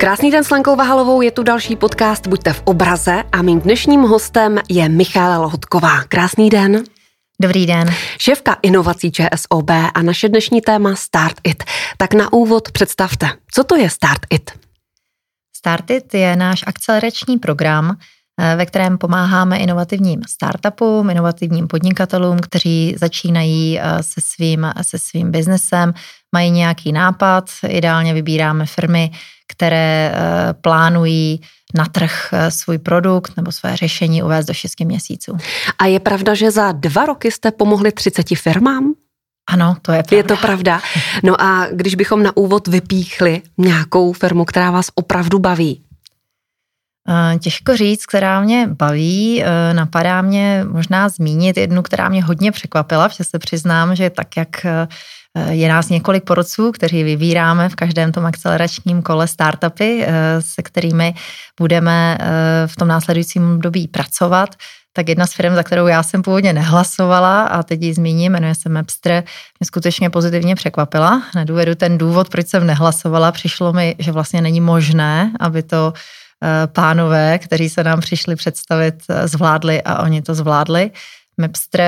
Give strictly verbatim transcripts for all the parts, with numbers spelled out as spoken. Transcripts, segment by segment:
Krásný den s Lenkou Vahalovou, je tu další podcast Buďte v obraze a mým dnešním hostem je Michála Lohotková. Krásný den. Dobrý den. Šéfka inovací ČSOB a naše dnešní téma Start It. Tak na úvod představte, co to je Start It? Start It je náš akcelerační program, ve kterém pomáháme inovativním startupům, inovativním podnikatelům, kteří začínají se svým, se svým biznesem, mají nějaký nápad, ideálně vybíráme firmy, které plánují na trh svůj produkt nebo své řešení uvést do šesti měsíců. A je pravda, že za dva roky jste pomohli třiceti firmám? Ano, to je pravda. Je to pravda. No a když bychom na úvod vypíchli nějakou firmu, která vás opravdu baví? Těžko říct, která mě baví. Napadá mě možná zmínit jednu, která mě hodně překvapila, protože se přiznám, že tak, jak je nás několik porodců, kteří vybíráme v každém tom akceleračním kole startupy, se kterými budeme v tom následujícím období pracovat, tak jedna z firm, za kterou já jsem původně nehlasovala a teď ji zmíním, jmenuje se Mapster, mě skutečně pozitivně překvapila. Nedovedu ten důvod, proč jsem nehlasovala. Přišlo mi, že vlastně není možné, aby to pánové, kteří se nám přišli představit, zvládli a oni to zvládli. Mapster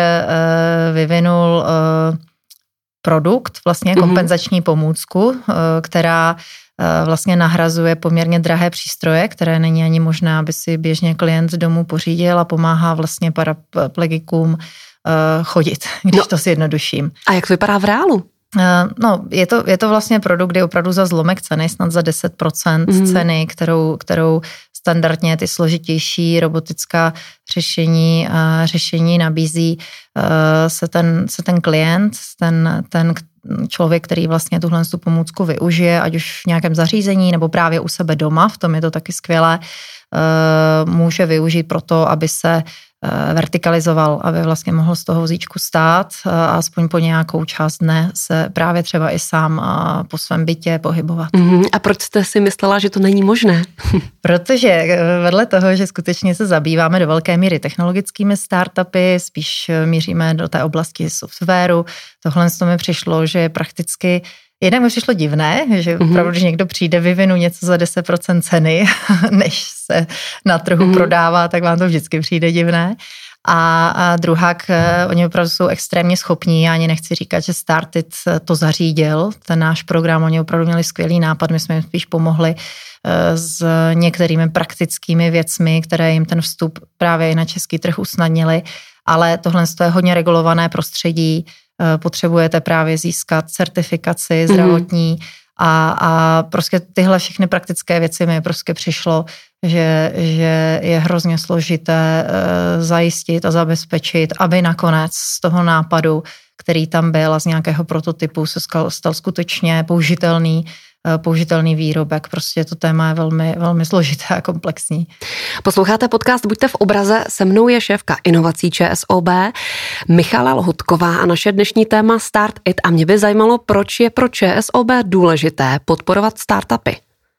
vyvinul produkt, vlastně kompenzační pomůcku, která vlastně nahrazuje poměrně drahé přístroje, které není ani možné, aby si běžně klient z domu pořídil a pomáhá vlastně paraplegikům chodit, když no, to si jednoduším. A jak to vypadá v reálu? No, je to, je to vlastně produkt, kdy opravdu za zlomek ceny, snad za deset procent mm. ceny, kterou, kterou standardně ty složitější robotická řešení, uh, řešení nabízí uh, se, ten, se ten klient, ten, ten člověk, který vlastně tuhle tu pomůcku využije, ať už v nějakém zařízení nebo právě u sebe doma, v tom je to taky skvělé, uh, může využít pro to, aby se vertikalizoval, aby vlastně mohl z toho vozíčku stát a aspoň po nějakou část dne se právě třeba i sám po svém bytě pohybovat. Mm, a proč jste si myslela, že to není možné? Protože vedle toho, že skutečně se zabýváme do velké míry technologickými startupy, spíš míříme do té oblasti softwaru, tohle z toho mi přišlo, že prakticky jednak mi přišlo divné, že opravdu, mm-hmm. když někdo přijde, vyvinu něco za deset procent ceny, než se na trhu mm-hmm. prodává, tak vám to vždycky přijde divné. A, a druhák, oni opravdu jsou extrémně schopní, já ani nechci říkat, že Start It to zařídil, ten náš program, oni opravdu měli skvělý nápad, my jsme jim spíš pomohli s některými praktickými věcmi, které jim ten vstup právě i na český trh usnadnili, ale tohle je hodně regulované prostředí, potřebujete právě získat certifikaci zdravotní mm. a, a prostě tyhle všechny praktické věci mi prostě přišlo, že, že je hrozně složité e, zajistit a zabezpečit, aby nakonec z toho nápadu, který tam byl a z nějakého prototypu se stal, stal skutečně použitelný použitelný výrobek. Prostě to téma je velmi, velmi složité a komplexní. Posloucháte podcast Buďte v obraze, se mnou je šéfka inovací ČSOB Michála Lohotková a naše dnešní téma Start It. A mě by zajímalo, proč je pro ČSOB důležité podporovat startupy.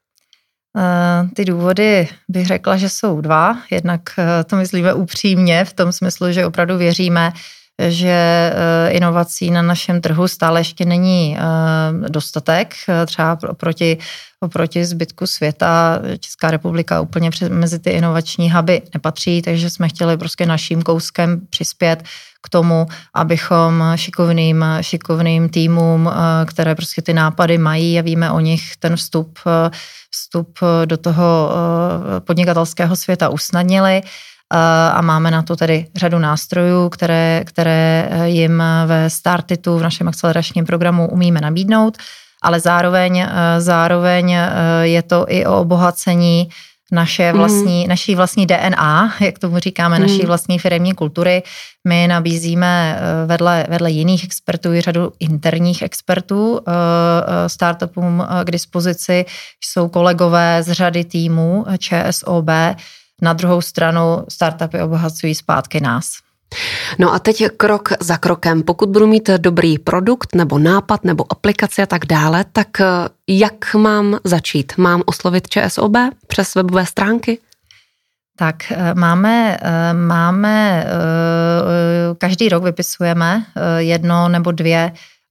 Ty důvody bych řekla, že jsou dva. Jednak to myslíme upřímně v tom smyslu, že opravdu věříme, že inovací na našem trhu stále ještě není dostatek, třeba oproti, oproti zbytku světa. Česká republika úplně mezi ty inovační huby nepatří, takže jsme chtěli prostě naším kouskem přispět k tomu, abychom šikovným, šikovným týmům, které prostě ty nápady mají a víme o nich, ten vstup, vstup do toho podnikatelského světa usnadnili. A máme na to tedy řadu nástrojů, které, které jim ve Startitu, v našem akceleračním programu umíme nabídnout, ale zároveň, zároveň je to i o obohacení naše vlastní, mm. naší vlastní D N A, jak tomu říkáme, mm. naší vlastní firemní kultury. My nabízíme vedle, vedle jiných expertů i řadu interních expertů startupům k dispozici. Jsou kolegové z řady týmů ČSOB. Na druhou stranu startupy obohacují zpátky nás. No a teď krok za krokem. Pokud budu mít dobrý produkt nebo nápad nebo aplikaci a tak dále, tak jak mám začít? Mám oslovit ČSOB přes webové stránky? Tak máme, máme, každý rok vypisujeme jedno nebo dvě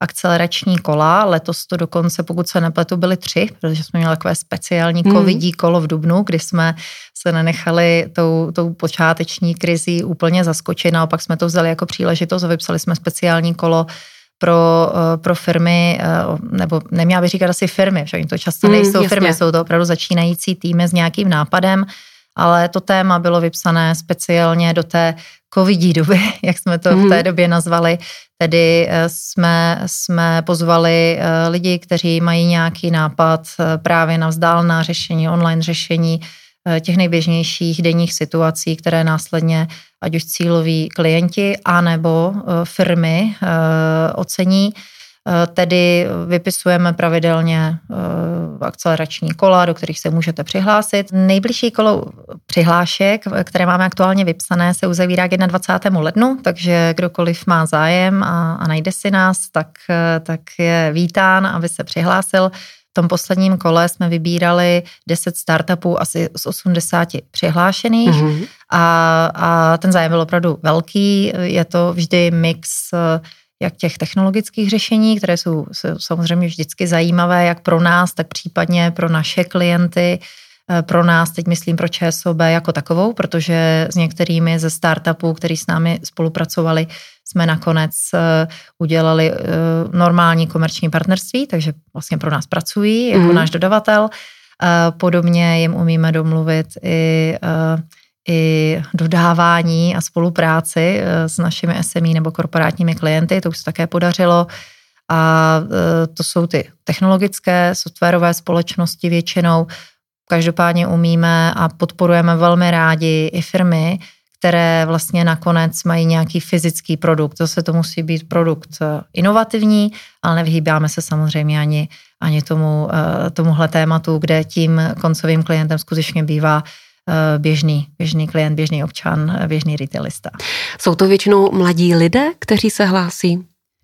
akcelerační kola. Letos to dokonce, pokud se nepletu, byly tři, protože jsme měli takové speciální covidí kolo v dubnu, kdy jsme se nenechali tou, tou počáteční krizí úplně zaskočit. Naopak jsme to vzali jako příležitost a vypsali jsme speciální kolo pro, pro firmy, nebo neměla bych říkat asi firmy, však to často nejsou mm, firmy, jsou to opravdu začínající týmy s nějakým nápadem, ale to téma bylo vypsané speciálně do té covidí doby, jak jsme to mm. v té době nazvali, tedy jsme, jsme pozvali lidi, kteří mají nějaký nápad právě na vzdálená řešení, online řešení těch nejběžnějších denních situací, které následně ať už cíloví klienti anebo firmy ocení. Tedy vypisujeme pravidelně akcelerační kola, do kterých se můžete přihlásit. Nejbližší kolo přihlášek, které máme aktuálně vypsané, se uzavírá k dvacátému prvnímu lednu, takže kdokoliv má zájem a, a najde si nás, tak, tak je vítán, aby se přihlásil. V tom posledním kole jsme vybírali deset startupů asi z osmdesáti přihlášených mm-hmm. a, a ten zájem byl opravdu velký. Je to vždy mix jak těch technologických řešení, které jsou, jsou samozřejmě vždycky zajímavé, jak pro nás, tak případně pro naše klienty, pro nás, teď myslím pro ČSOB jako takovou, protože s některými ze startupů, který s námi spolupracovali, jsme nakonec udělali normální komerční partnerství, takže vlastně pro nás pracují jako mm. náš dodavatel. Podobně jim umíme domluvit i, i dodávání a spolupráci s našimi S M E nebo korporátními klienty, to už se také podařilo. A to jsou ty technologické, softwarové společnosti většinou. Každopádně umíme a podporujeme velmi rádi i firmy, které vlastně nakonec mají nějaký fyzický produkt. Zase to musí být produkt inovativní, ale nevyhýbáme se samozřejmě ani, ani tomu, tomuhle tématu, kde tím koncovým klientem skutečně bývá běžný, běžný klient, běžný občan, běžný retailista. Jsou to většinou mladí lidé, kteří se hlásí?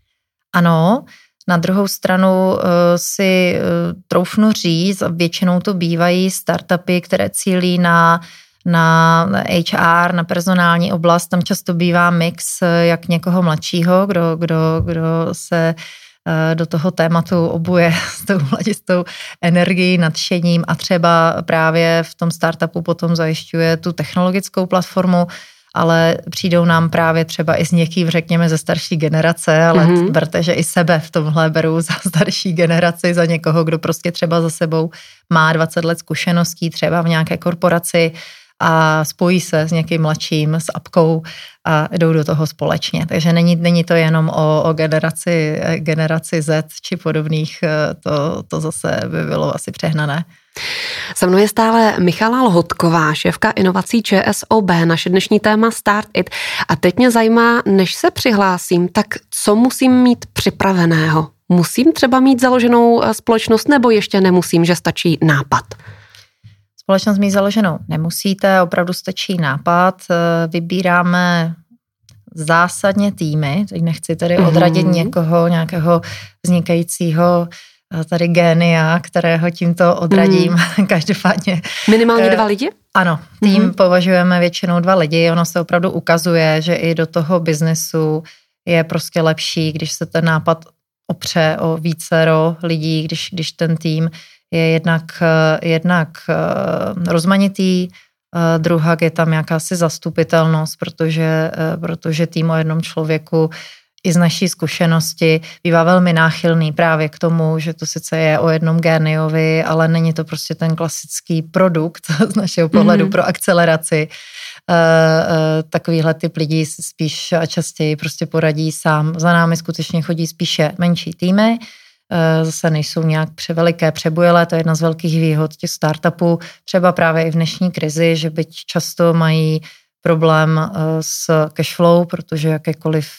Ano. Na druhou stranu si troufnu říct, většinou to bývají startupy, které cílí na, na H R, na personální oblast. Tam často bývá mix jak někoho mladšího, kdo, kdo, kdo se do toho tématu obuje s tou mladistou energií, nadšením a třeba právě v tom startupu potom zajišťuje tu technologickou platformu, ale přijdou nám právě třeba i s někým, řekněme, ze starší generace, ale mm-hmm. berte, že i sebe v tomhle beru za starší generaci, za někoho, kdo prostě třeba za sebou má dvacet let zkušeností, třeba v nějaké korporaci a spojí se s někým mladším, s apkou a jdou do toho společně. Takže není, není to jenom o, o generaci, generaci Z či podobných, to, to zase by bylo asi přehnané. Se mnou je stále Michala Lhotková, šéfka inovací ČSOB, naše dnešní téma Start It. A teď mě zajímá, než se přihlásím, tak co musím mít připraveného? Musím třeba mít založenou společnost nebo ještě nemusím, že stačí nápad? Společnost mít založenou nemusíte, opravdu stačí nápad. Vybíráme zásadně týmy, teď nechci tady odradit mm-hmm. někoho, nějakého vznikajícího tady génia, kterého tímto odradím, mm. každopádně. Minimálně dva lidi? Ano, tým mm. považujeme většinou dva lidi, ono se opravdu ukazuje, že i do toho biznesu je prostě lepší, když se ten nápad opře o vícero lidí, když, když ten tým je jednak, jednak rozmanitý, druhá je tam jakási zastupitelnost, protože, protože tým o jednom člověku i z naší zkušenosti bývá velmi náchylný právě k tomu, že to sice je o jednom géniovi, ale není to prostě ten klasický produkt z našeho pohledu mm. pro akceleraci. Takovýhle typ lidí spíš a častěji prostě poradí sám. Za námi skutečně chodí spíše menší týmy, zase nejsou nějak převeliké, přebujelé, to je jedna z velkých výhod těch startupů, třeba právě i v dnešní krizi, že byť často mají problém s cashflow, protože jakékoliv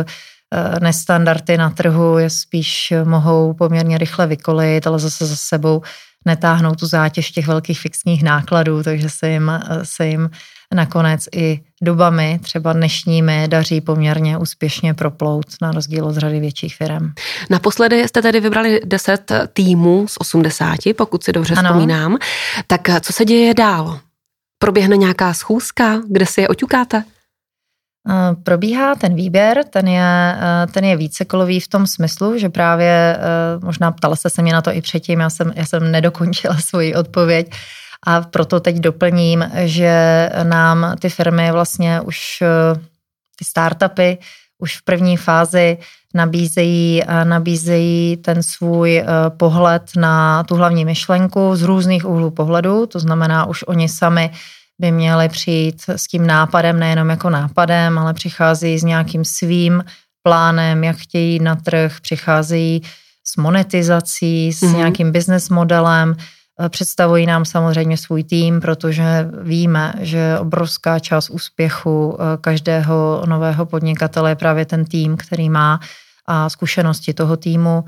nestandardy na trhu je spíš mohou poměrně rychle vykolit, ale zase za sebou netáhnou tu zátěž těch velkých fixních nákladů, takže se jim, se jim nakonec i dobami, třeba dnešními, daří poměrně úspěšně proplout na rozdíl od řady větších firm. Naposledy jste tedy vybrali deset týmů z osmdesáti, pokud si dobře ano. vzpomínám. Tak co se děje dál? Proběhne nějaká schůzka, kde si je oťukáte? Probíhá ten výběr, ten je, ten je vícekolový v tom smyslu, že právě, možná ptala jste se mě na to i předtím, já jsem, já jsem nedokončila svoji odpověď a proto teď doplním, že nám ty firmy vlastně už, ty startupy už v první fázi nabízejí, nabízejí ten svůj pohled na tu hlavní myšlenku z různých úhlů pohledu, to znamená už oni sami by měli přijít s tím nápadem, nejenom jako nápadem, ale přicházejí s nějakým svým plánem, jak chtějí na trh, přicházejí s monetizací, s mm-hmm. nějakým business modelem, představují nám samozřejmě svůj tým, protože víme, že obrovská část úspěchu každého nového podnikatele je právě ten tým, který má a zkušenosti toho týmu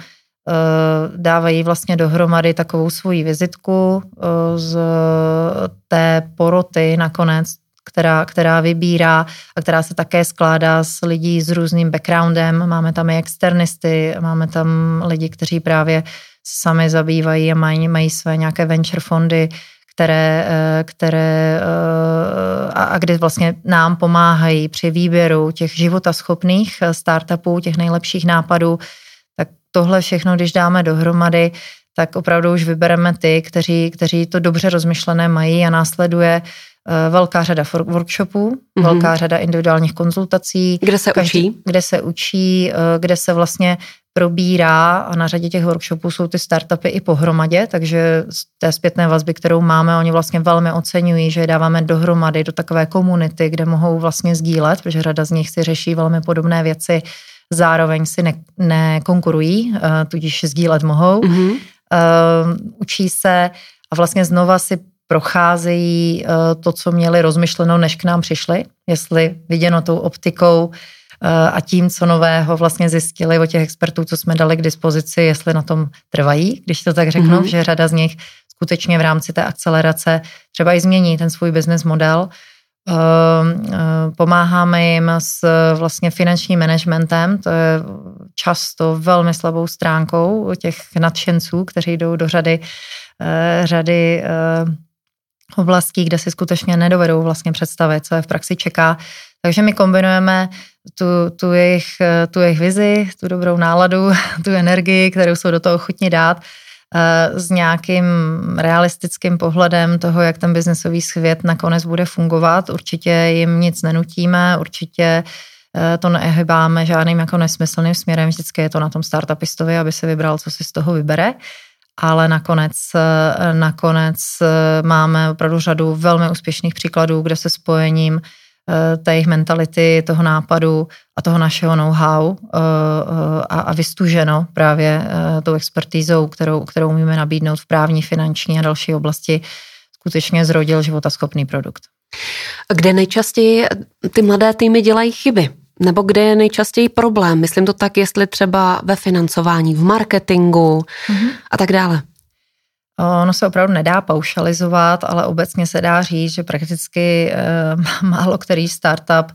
dávají vlastně dohromady takovou svoji vizitku z té poroty nakonec, která, která vybírá a která se také skládá z lidí s různým backgroundem. Máme tam i externisty, máme tam lidi, kteří právě sami zabývají a mají, mají své nějaké venture fondy, které, které a, a kdy vlastně nám pomáhají při výběru těch životaschopných startupů, těch nejlepších nápadů. Tak tohle všechno, když dáme dohromady, tak opravdu už vybereme ty, kteří, kteří to dobře rozmyšlené mají a následuje velká řada workshopů, mm-hmm. velká řada individuálních konzultací. Kde se každý, učí? Kde se učí, kde se vlastně probírá a na řadě těch workshopů jsou ty startupy i pohromadě, takže z té zpětné vazby, kterou máme, oni vlastně velmi oceňují, že je dáváme dohromady do takové komunity, kde mohou vlastně sdílet, protože řada z nich si řeší velmi podobné věci, zároveň si ne, nekonkurují, tudíž sdílet mohou. Mm-hmm. Uh, učí se a vlastně znova si procházejí uh, to, co měli rozmyšleno, než k nám přišli, jestli viděno tou optikou uh, a tím, co nového vlastně zjistili od těch expertů, co jsme dali k dispozici, jestli na tom trvají, když to tak řeknu, mm-hmm. že řada z nich skutečně v rámci té akcelerace třeba i změní ten svůj business model. Pomáháme jim s vlastně finančním managementem, to je často velmi slabou stránkou těch nadšenců, kteří jdou do řady, řady oblastí, kde si skutečně nedovedou vlastně představit, co je v praxi čeká. Takže my kombinujeme tu, tu, jejich, tu jejich vizi, tu dobrou náladu, tu energii, kterou jsou do toho ochotni dát, s nějakým realistickým pohledem toho, jak ten biznesový svět nakonec bude fungovat. Určitě jim nic nenutíme, určitě to nehybáme žádným jako nesmyslným směrem. Vždycky je to na tom startupistovi, aby se vybral, co si z toho vybere. Ale nakonec, nakonec máme opravdu řadu velmi úspěšných příkladů, kde se spojením té jejich mentality, toho nápadu a toho našeho know-how a, a vystuženo právě tou expertízou, kterou, kterou umíme nabídnout v právní, finanční a další oblasti, skutečně zrodil životaschopný produkt. Kde nejčastěji ty mladé týmy dělají chyby? Nebo kde je nejčastěji problém? Myslím to tak, jestli třeba ve financování, v marketingu mm-hmm. a tak dále. Ono se opravdu nedá paušalizovat, ale obecně se dá říct, že prakticky e, málo který startup,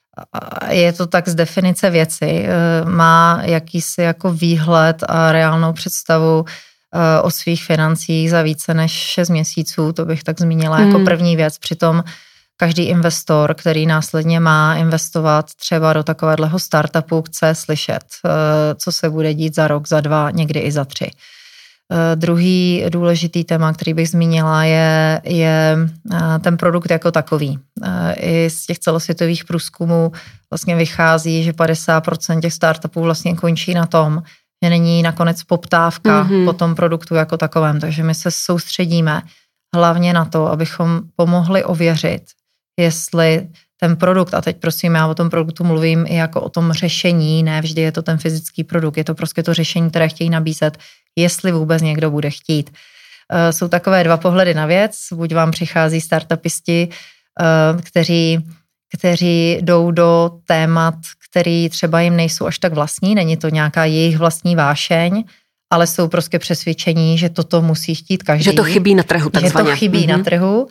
je to tak z definice věci, e, má jakýsi jako výhled a reálnou představu e, o svých financích za více než šest měsíců, to bych tak zmínila hmm. jako první věc. Přitom každý investor, který následně má investovat třeba do takového startupu, chce slyšet, e, co se bude dít za rok, za dva, někdy i za tři. Uh, druhý důležitý téma, který bych zmínila, je, je uh, ten produkt jako takový. Uh, I z těch celosvětových průzkumů vlastně vychází, že padesát procent těch startupů vlastně končí na tom, že není nakonec poptávka mm-hmm. po tom produktu jako takovém. Takže my se soustředíme hlavně na to, abychom pomohli ověřit, jestli ten produkt, a teď prosím, já o tom produktu mluvím i jako o tom řešení, ne vždy je to ten fyzický produkt, je to prostě to řešení, které chtějí nabízet, jestli vůbec někdo bude chtít. Jsou takové dva pohledy na věc, buď vám přichází startupisti, kteří, kteří jdou do témat, který třeba jim nejsou až tak vlastní, není to nějaká jejich vlastní vášeň, ale jsou prostě přesvědčení, že toto musí chtít každý. Že to chybí na trhu takzvaně. Že to chybí mm-hmm. na trhu.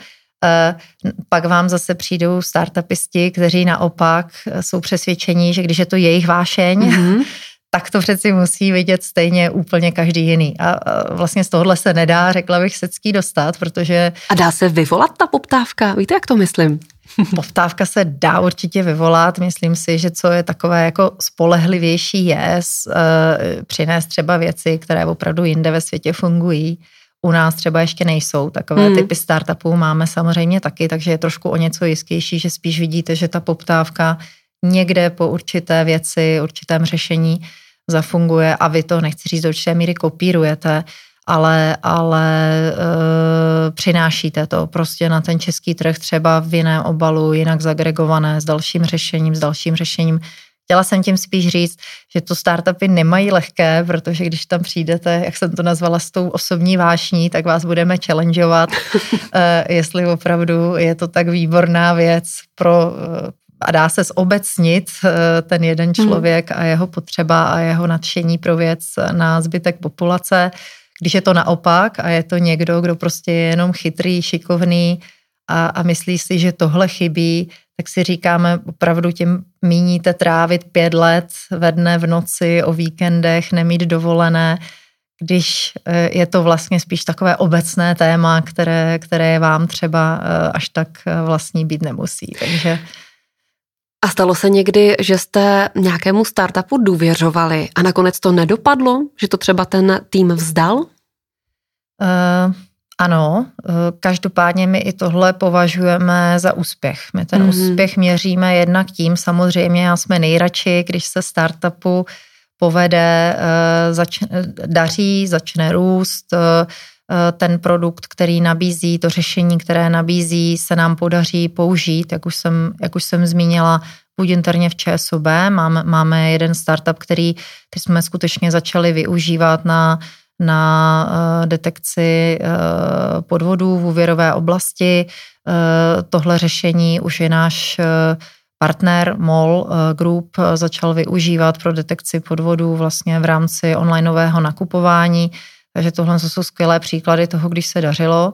Pak vám zase přijdou startupisti, kteří naopak jsou přesvědčení, že když je to jejich vášeň, mm-hmm. tak to přeci musí vidět stejně úplně každý jiný. A vlastně z tohohle se nedá, řekla bych, secký dostat, protože... A dá se vyvolat ta poptávka? Víte, jak to myslím? Poptávka se dá určitě vyvolat. Myslím si, že co je takové jako spolehlivější je uh, přinést třeba věci, které opravdu jinde ve světě fungují. U nás třeba ještě nejsou. Takové hmm. typy startupů máme samozřejmě taky, takže je trošku o něco jistější, že spíš vidíte, že ta poptávka někde po určité věci, určitém řešení zafunguje a vy to, nechci říct, do určité míry kopírujete, ale, ale e, přinášíte to prostě na ten český trh třeba v jiném obalu, jinak zagregované, s dalším řešením, s dalším řešením. Chtěla jsem tím spíš říct, že to startupy nemají lehké, protože když tam přijdete, jak jsem to nazvala, s tou osobní vášní, tak vás budeme challengeovat, e, jestli opravdu je to tak výborná věc pro... a dá se zobecnit ten jeden člověk a jeho potřeba a jeho nadšení pro věc na zbytek populace. Když je to naopak a je to někdo, kdo prostě je jenom chytrý, šikovný a, a myslí si, že tohle chybí, tak si říkáme, opravdu tím míníte trávit pět let ve dne, v noci, o víkendech, nemít dovolené, když je to vlastně spíš takové obecné téma, které, které vám třeba až tak vlastní být nemusí. Takže... A stalo se někdy, že jste nějakému startupu důvěřovali a nakonec to nedopadlo? Že to třeba ten tým vzdal? Uh, ano, uh, každopádně my i tohle považujeme za úspěch. My ten mm-hmm. úspěch měříme jednak tím, samozřejmě já jsme nejradši, když se startupu povede, uh, začne, daří, začne růst, uh, ten produkt, který nabízí, to řešení, které nabízí, se nám podaří použít, jak už jsem, jak už jsem zmínila, buď interně v ČSOB, máme, máme jeden startup, který teď jsme skutečně začali využívat na, na uh, detekci uh, podvodů v úvěrové oblasti. Uh, tohle řešení už je náš uh, partner MOL uh, Group uh, začal využívat pro detekci podvodů vlastně v rámci onlineového nakupování. Takže tohle jsou skvělé příklady toho, když se dařilo.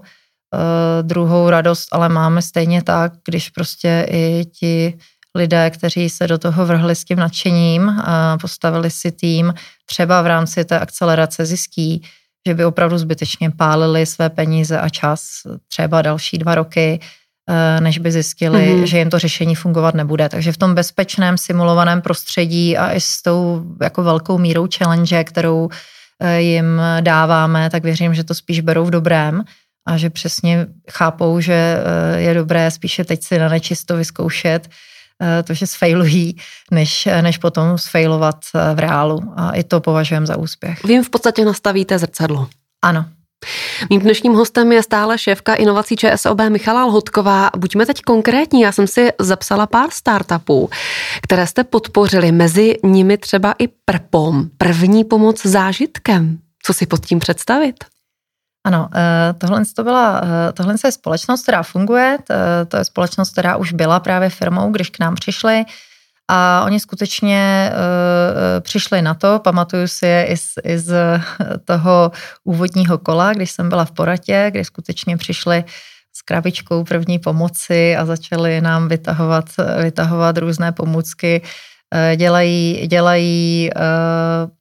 Uh, druhou radost ale máme stejně tak, když prostě i ti lidé, kteří se do toho vrhli s tím nadšením, uh, postavili si tým, třeba v rámci té akcelerace zjistí, že by opravdu zbytečně pálili své peníze a čas třeba další dva roky, uh, než by zjistili, mm-hmm. že jim to řešení fungovat nebude. Takže v tom bezpečném simulovaném prostředí a i s tou jako velkou mírou challenge, kterou jim dáváme, tak věřím, že to spíš berou v dobrém a že přesně chápou, že je dobré spíše teď si na nečisto vyzkoušet to, že sfailují, než, než potom sfailovat v reálu. A i to považujeme za úspěch. Vy jim v podstatě nastavíte zrcadlo. Ano. Mým dnešním hostem je stále šéfka inovací ČSOB Michala Lhotková. Buďme teď konkrétní, já jsem si zapsala pár startupů, které jste podpořili, mezi nimi třeba i Prpom, první pomoc zážitkem. Co si pod tím představit? Ano, tohle, to byla, tohle je společnost, která funguje, to je společnost, která už byla právě firmou, když k nám přišli. A oni skutečně uh, přišli na to, pamatuju si je i z, i z toho úvodního kola, když jsem byla v poradě, kde skutečně přišli s krabičkou první pomoci a začali nám vytahovat, vytahovat různé pomůcky. Uh, dělají dělají uh,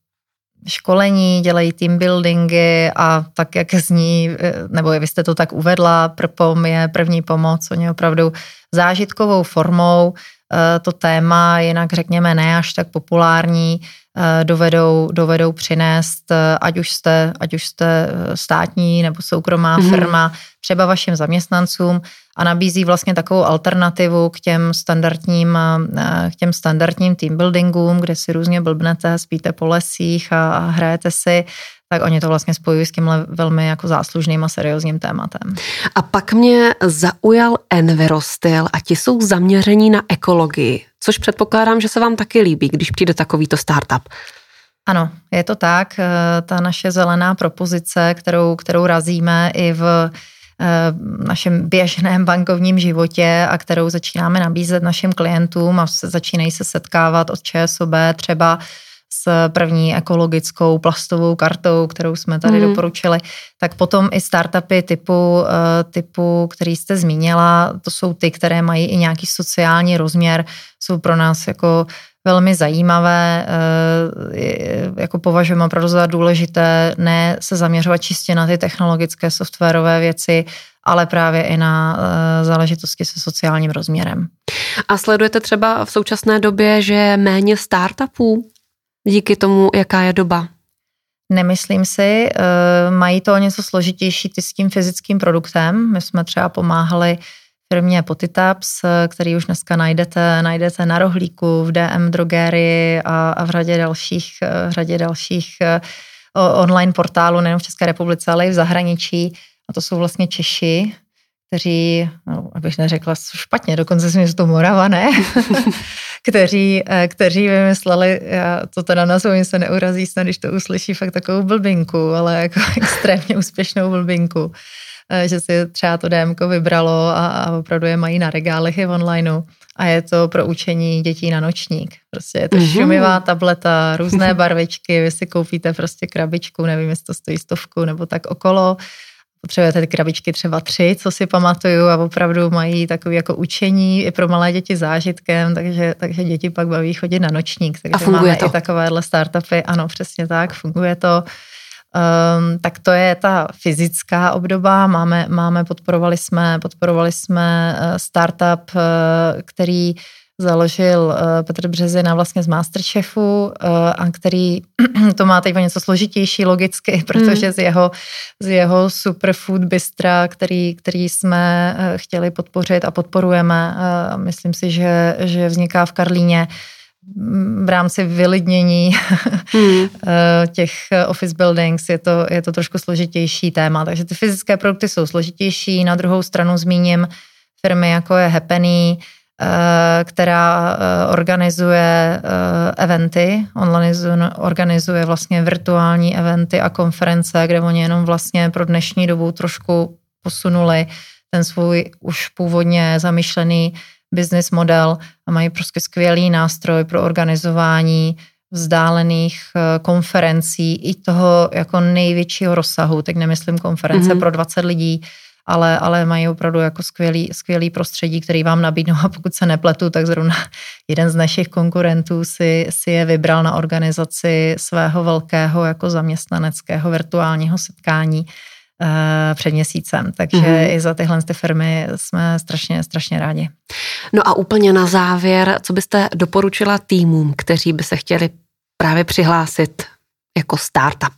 školení, dělají team buildingy a tak, jak zní, nebo vy jste to tak uvedla, Prpom je první pomoc, oni opravdu zážitkovou formou to téma, jinak řekněme ne až tak populární, dovedou, dovedou přinést, ať už jste, ať už jste státní nebo soukromá mm-hmm. firma, třeba vašim zaměstnancům a nabízí vlastně takovou alternativu k těm standardním, k těm standardním team buildingům, kde si různě blbnete, spíte po lesích a, a hrajete si, tak oni to vlastně spojují s tímhle velmi jako záslužným a seriózním tématem. A pak mě zaujal Envirostyl a ti jsou zaměření na ekologii, což předpokládám, že se vám taky líbí, když přijde takovýto startup. Ano, je to tak. Ta naše zelená propozice, kterou, kterou razíme i v našem běžném bankovním životě a kterou začínáme nabízet našim klientům a začínají se setkávat od ČSOB třeba s první ekologickou plastovou kartou, kterou jsme tady mm. doporučili, tak potom i startupy typu, typu, který jste zmínila, to jsou ty, které mají i nějaký sociální rozměr, jsou pro nás jako velmi zajímavé, jako považujeme opravdu za důležité ne se zaměřovat čistě na ty technologické softwarové věci, ale právě i na záležitosti se sociálním rozměrem. A sledujete třeba v současné době, že je méně startupů díky tomu, jaká je doba? Nemyslím si, mají to něco složitější ty s tím fyzickým produktem. My jsme třeba pomáhali firmě Potitaps, který už dneska najdete, najdete na Rohlíku, v D M drogerii a, a v řadě dalších, v řadě dalších online portálů, nejen v České republice, ale i v zahraničí. A to jsou vlastně Češi, kteří, no, abych neřekla špatně, dokonce si myslím, že to Moravané, kteří, kteří vymysleli, já to teda nazvu, se neurazí snad, když to uslyší, fakt takovou blbinku, ale jako extrémně úspěšnou blbinku, že si třeba to D M ko vybralo a, a opravdu je mají na regálech i v onlineu a je to pro učení dětí na nočník. Prostě je to mm-hmm. šumivá tableta, různé barvičky, vy si koupíte prostě krabičku, nevím, jestli to stojí stovku nebo tak okolo, potřebujete ty krabičky třeba tři, co si pamatuju a opravdu mají takový jako učení i pro malé děti zážitkem, takže, takže děti pak baví chodit na nočník. Takže a funguje máme to? I takovéhle startupy, ano, přesně tak, funguje to. Um, tak to je ta fyzická obdoba. Máme, máme podporovali jsme, podporovali jsme startup, který založil Petr Březina vlastně z Masterchefu a který to má teď o něco složitější logicky, protože hmm. z jeho, z jeho superfood bystra, který, který jsme chtěli podpořit a podporujeme, myslím si, že, že vzniká v Karlíně v rámci vylidnění hmm. těch office buildings, je to, je to trošku složitější téma, takže ty fyzické produkty jsou složitější. Na druhou stranu zmíním firmy, jako je Happeny, která organizuje eventy, online organizuje vlastně virtuální eventy a konference, kde oni jenom vlastně pro dnešní dobu trošku posunuli ten svůj už původně zamýšlený business model a mají prostě skvělý nástroj pro organizování vzdálených konferencí i toho jako největšího rozsahu, teď nemyslím konference mm-hmm. pro dvacet lidí, ale, ale mají opravdu jako skvělý, skvělý prostředí, který vám nabídnou a pokud se nepletu, tak zrovna jeden z našich konkurentů si, si je vybral na organizaci svého velkého jako zaměstnaneckého virtuálního setkání před měsícem, takže mm-hmm. i za tyhle ty firmy jsme strašně, strašně rádi. No a úplně na závěr, co byste doporučila týmům, kteří by se chtěli právě přihlásit jako startup?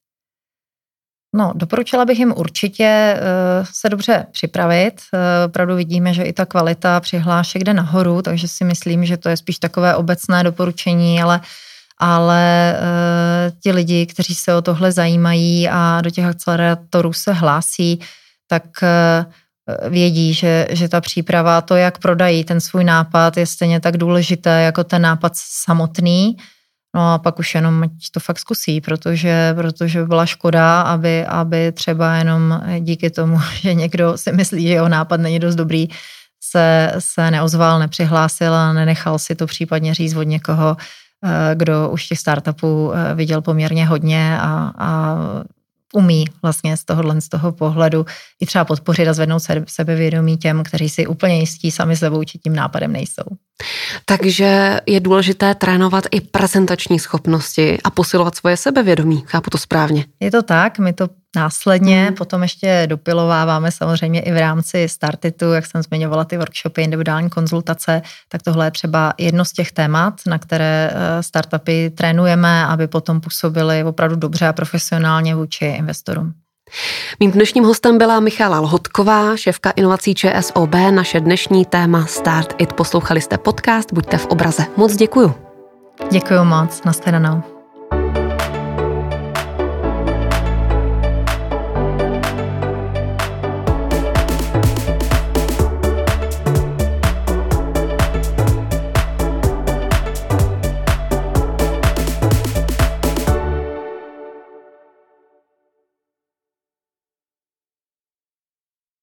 No, doporučila bych jim určitě se dobře připravit. Opravdu vidíme, že i ta kvalita přihlášek jde nahoru, takže si myslím, že to je spíš takové obecné doporučení, ale ale uh, ti lidi, kteří se o tohle zajímají a do těch akcelerátorů se hlásí, tak uh, vědí, že, že ta příprava, to, jak prodají ten svůj nápad, je stejně tak důležité jako ten nápad samotný. No a pak už jenom to fakt zkusí, protože, protože by byla škoda, aby, aby třeba jenom díky tomu, že někdo si myslí, že jeho nápad není dost dobrý, se, se neozval, nepřihlásil a nenechal si to případně říct od někoho, kdo už těch startupů viděl poměrně hodně a, a umí vlastně z tohohle z toho pohledu i třeba podpořit a zvednout sebevědomí těm, kteří si úplně jistí sami sebou, či tím nápadem nejsou. Takže je důležité trénovat i prezentační schopnosti a posilovat svoje sebevědomí. Chápu to správně? Je to tak, my to následně hmm. potom ještě dopilováváme samozřejmě i v rámci Startitu, jak jsem zmiňovala ty workshopy, individuální konzultace, tak tohle je třeba jedno z těch témat, na které startupy trénujeme, aby potom působily opravdu dobře a profesionálně vůči investorům. Mým dnešním hostem byla Michala Lhotková, šéfka inovací ČSOB. Naše dnešní téma Start It. Poslouchali jste podcast Buďte v obraze. Moc děkuju. Děkuju moc, nashledanou.